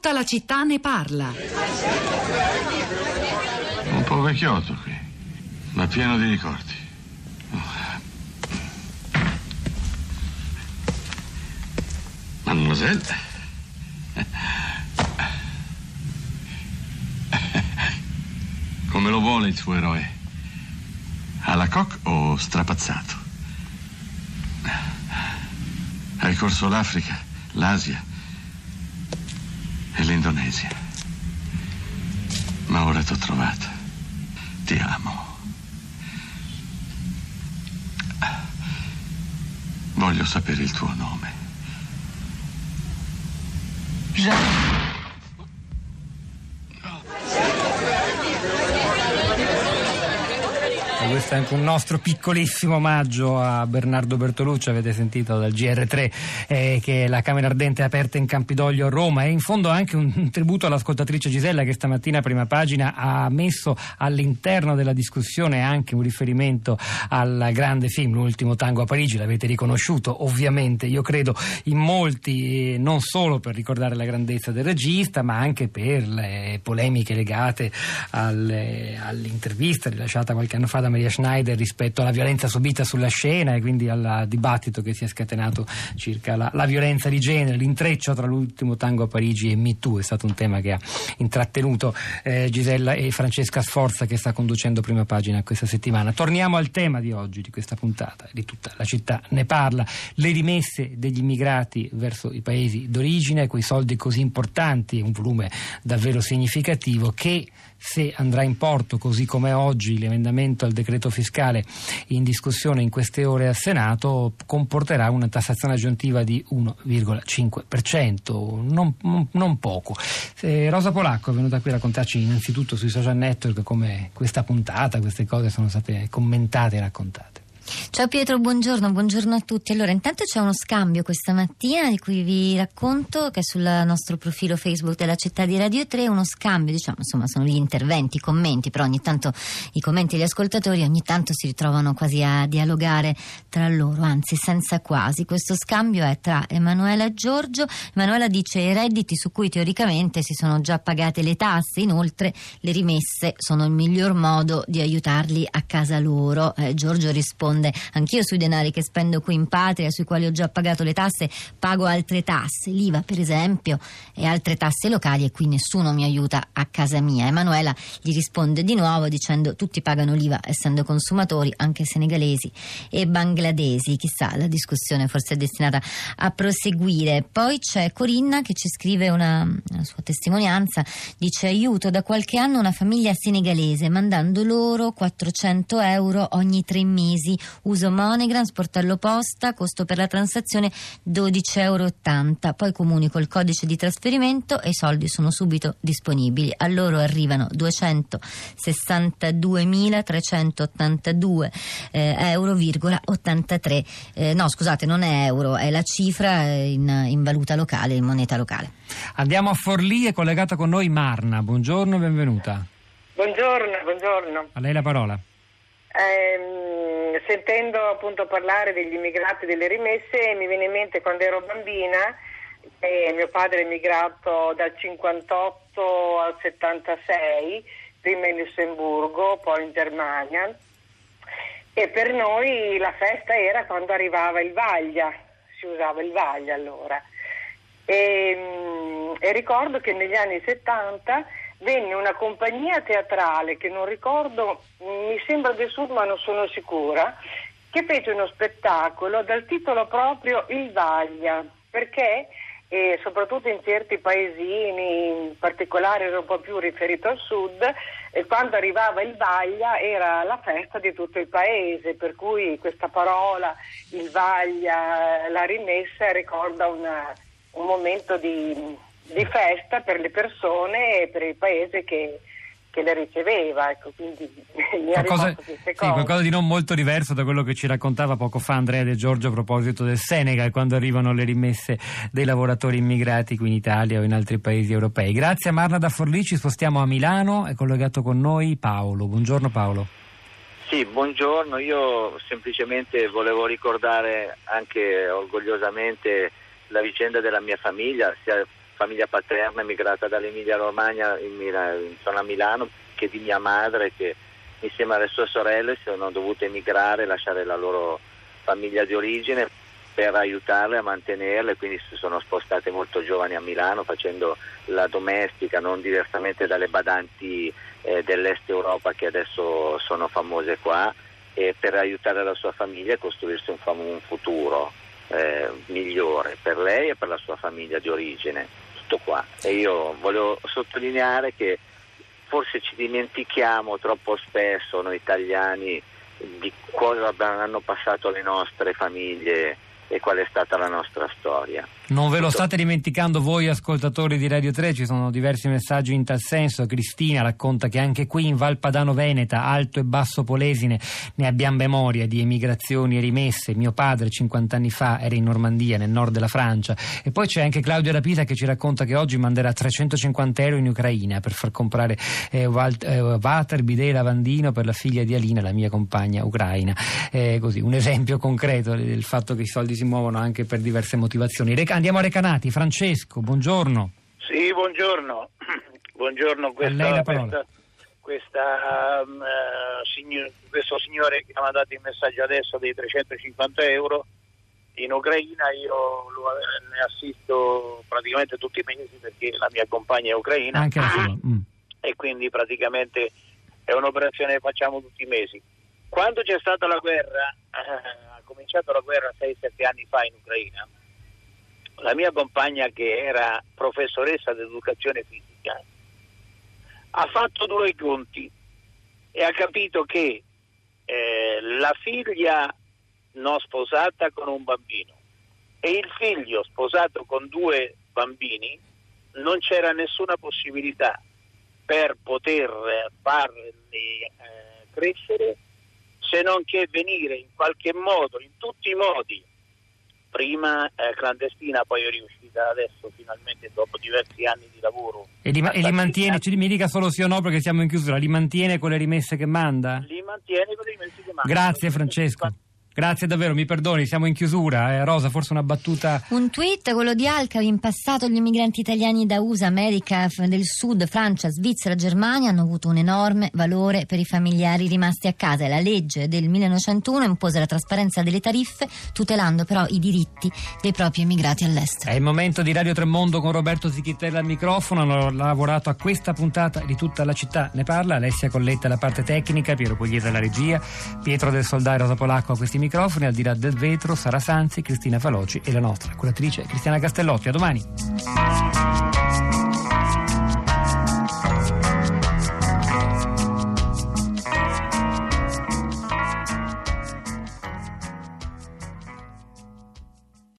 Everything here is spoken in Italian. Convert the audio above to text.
Tutta la città ne parla. Un po' vecchiotto qui, ma pieno di ricordi. Mademoiselle. Come lo vuole il suo eroe? Alla coque o strapazzato? Hai corso l'Africa, l'Asia e l'Indonesia. Ma ora t'ho trovata. Ti amo. Voglio sapere il tuo nome. Jean. Questo è anche un nostro piccolissimo omaggio a Bernardo Bertolucci, avete sentito dal GR3 che la Camera Ardente è aperta in Campidoglio a Roma, e in fondo anche un tributo all'ascoltatrice Gisella, che stamattina a Prima Pagina ha messo all'interno della discussione anche un riferimento al grande film L'ultimo tango a Parigi. L'avete riconosciuto ovviamente, io credo, in molti, non solo per ricordare la grandezza del regista, ma anche per le polemiche legate all'intervista rilasciata qualche anno fa da Maria Schneider rispetto alla violenza subita sulla scena, e quindi al dibattito che si è scatenato circa la violenza di genere. L'intreccio tra L'ultimo tango a Parigi e Me Too è stato un tema che ha intrattenuto Gisella e Francesca Sforza, che sta conducendo Prima Pagina questa settimana. Torniamo al tema di oggi, di questa puntata, di Tutta la città ne parla: le rimesse degli immigrati verso i paesi d'origine, quei soldi così importanti, un volume davvero significativo che, se andrà in porto così come oggi l'emendamento al decreto fiscale in discussione in queste ore al Senato, comporterà una tassazione aggiuntiva di 1,5%, non poco. Rosa Polacco è venuta qui a raccontarci innanzitutto sui social network come questa puntata, queste cose sono state commentate e raccontate. Ciao Pietro, buongiorno a tutti. Allora, intanto c'è uno scambio questa mattina di cui vi racconto, che è sul nostro profilo Facebook della città di Radio 3, uno scambio, insomma sono gli interventi, i commenti, però ogni tanto i commenti degli ascoltatori ogni tanto si ritrovano quasi a dialogare tra loro, anzi senza quasi. Questo scambio è tra Emanuela e Giorgio. Emanuela dice: i redditi su cui teoricamente si sono già pagate le tasse, inoltre le rimesse sono il miglior modo di aiutarli a casa loro. Giorgio risponde: anch'io sui denari che spendo qui in patria, sui quali ho già pagato le tasse, pago altre tasse, l'IVA per esempio, e altre tasse locali, e qui nessuno mi aiuta a casa mia. Emanuela gli risponde di nuovo dicendo: tutti pagano l'IVA essendo consumatori, anche senegalesi e bangladesi. Chissà, la discussione forse è destinata a proseguire. Poi c'è Corinna che ci scrive una sua testimonianza, dice: aiuto da qualche anno una famiglia senegalese mandando loro 400 euro ogni 3 mesi. Uso MoneyGram, sportello posta, costo per la transazione 12,80 euro. Poi comunico il codice di trasferimento e i soldi sono subito disponibili. A loro arrivano 262.382 euro,83. No, scusate, non è euro, è la cifra in valuta locale, in moneta locale. Andiamo a Forlì, è collegata con noi Marna. Buongiorno e benvenuta. Buongiorno. A lei la parola. Sentendo appunto parlare degli immigrati, delle rimesse, mi viene in mente quando ero bambina, mio padre è emigrato dal 58 al 76, prima in Lussemburgo, poi in Germania, e per noi la festa era quando arrivava il Vaglia, si usava il Vaglia allora, e ricordo che negli anni 70 venne una compagnia teatrale che non ricordo, mi sembra del Sud ma non sono sicura, che fece uno spettacolo dal titolo proprio Il Vaglia, perché soprattutto in certi paesini, in particolare era un po' più riferito al Sud, e quando arrivava il Vaglia era la festa di tutto il paese, per cui questa parola, il Vaglia, la rimessa, ricorda un momento di festa per le persone e per il paese che le riceveva, ecco, quindi mi ha ricordato queste cose. Sì, qualcosa di non molto diverso da quello che ci raccontava poco fa Andrea De Giorgio a proposito del Senegal, quando arrivano le rimesse dei lavoratori immigrati qui in Italia o in altri paesi europei. Grazie a Marna da Forlì, ci spostiamo a Milano, è collegato con noi Paolo. Buongiorno Paolo. Sì, buongiorno, io semplicemente volevo ricordare anche orgogliosamente la vicenda della mia famiglia, sia famiglia paterna emigrata dall'Emilia Romagna sono a Milano, che di mia madre, che insieme alle sue sorelle sono dovute emigrare e lasciare la loro famiglia di origine per aiutarle a mantenerle, quindi si sono spostate molto giovani a Milano facendo la domestica, non diversamente dalle badanti dell'est Europa che adesso sono famose qua, e per aiutare la sua famiglia a costruirsi un futuro migliore per lei e per la sua famiglia di origine. Tutto qua. E io volevo sottolineare che forse ci dimentichiamo troppo spesso noi italiani di cosa hanno passato le nostre famiglie e qual è stata la nostra storia. Non ve lo state dimenticando voi ascoltatori di Radio 3, ci sono diversi messaggi in tal senso. Cristina racconta che anche qui in Val Padano Veneta, Alto e Basso Polesine, ne abbiamo memoria di emigrazioni e rimesse. Mio padre 50 anni fa era in Normandia, nel nord della Francia. E poi c'è anche Claudio Rapita che ci racconta che oggi manderà 350 euro in Ucraina per far comprare water, bidet e lavandino per la figlia di Alina, la mia compagna ucraina. Così, un esempio concreto del fatto che i soldi si muovono anche per diverse motivazioni. Andiamo a Recanati. Francesco, buongiorno. Sì, buongiorno. Buongiorno. Questo signore che ha mandato il messaggio adesso dei 350 euro in Ucraina, io ne assisto praticamente tutti i mesi perché la mia compagna è ucraina. Anche la sua. E quindi praticamente è un'operazione che facciamo tutti i mesi. Quando c'è stata la guerra, ha cominciato la guerra 6-7 anni fa in Ucraina, la mia compagna, che era professoressa di educazione fisica, ha fatto due i conti e ha capito che la figlia non sposata con un bambino e il figlio sposato con 2 bambini non c'era nessuna possibilità per poter farli crescere se non che venire in qualche modo, in tutti i modi, prima clandestina, poi è riuscita adesso finalmente dopo diversi anni di lavoro. E li mantiene, mi dica solo sì o no perché siamo in chiusura, li mantiene con le rimesse che manda? Li mantiene con le rimesse che manda. Grazie Francesco. Grazie davvero, mi perdoni, siamo in chiusura. Rosa, forse una battuta. Un tweet, quello di Alca: in passato gli immigranti italiani da USA, America del Sud, Francia, Svizzera, Germania hanno avuto un enorme valore per i familiari rimasti a casa e la legge del 1901 impose la trasparenza delle tariffe, tutelando però i diritti dei propri immigrati all'estero. È il momento di Radio Tremondo con Roberto Zichittella al microfono. Hanno lavorato a questa puntata di Tutta la città ne parla, Alessia Colletta alla parte tecnica, Piero Pugliese alla regia, Pietro del Soldà e Rosa Polacco a questi microfoni, al di là del vetro Sara Sanzi, Cristina Faloci e la nostra curatrice Cristiana Castellotti. A domani.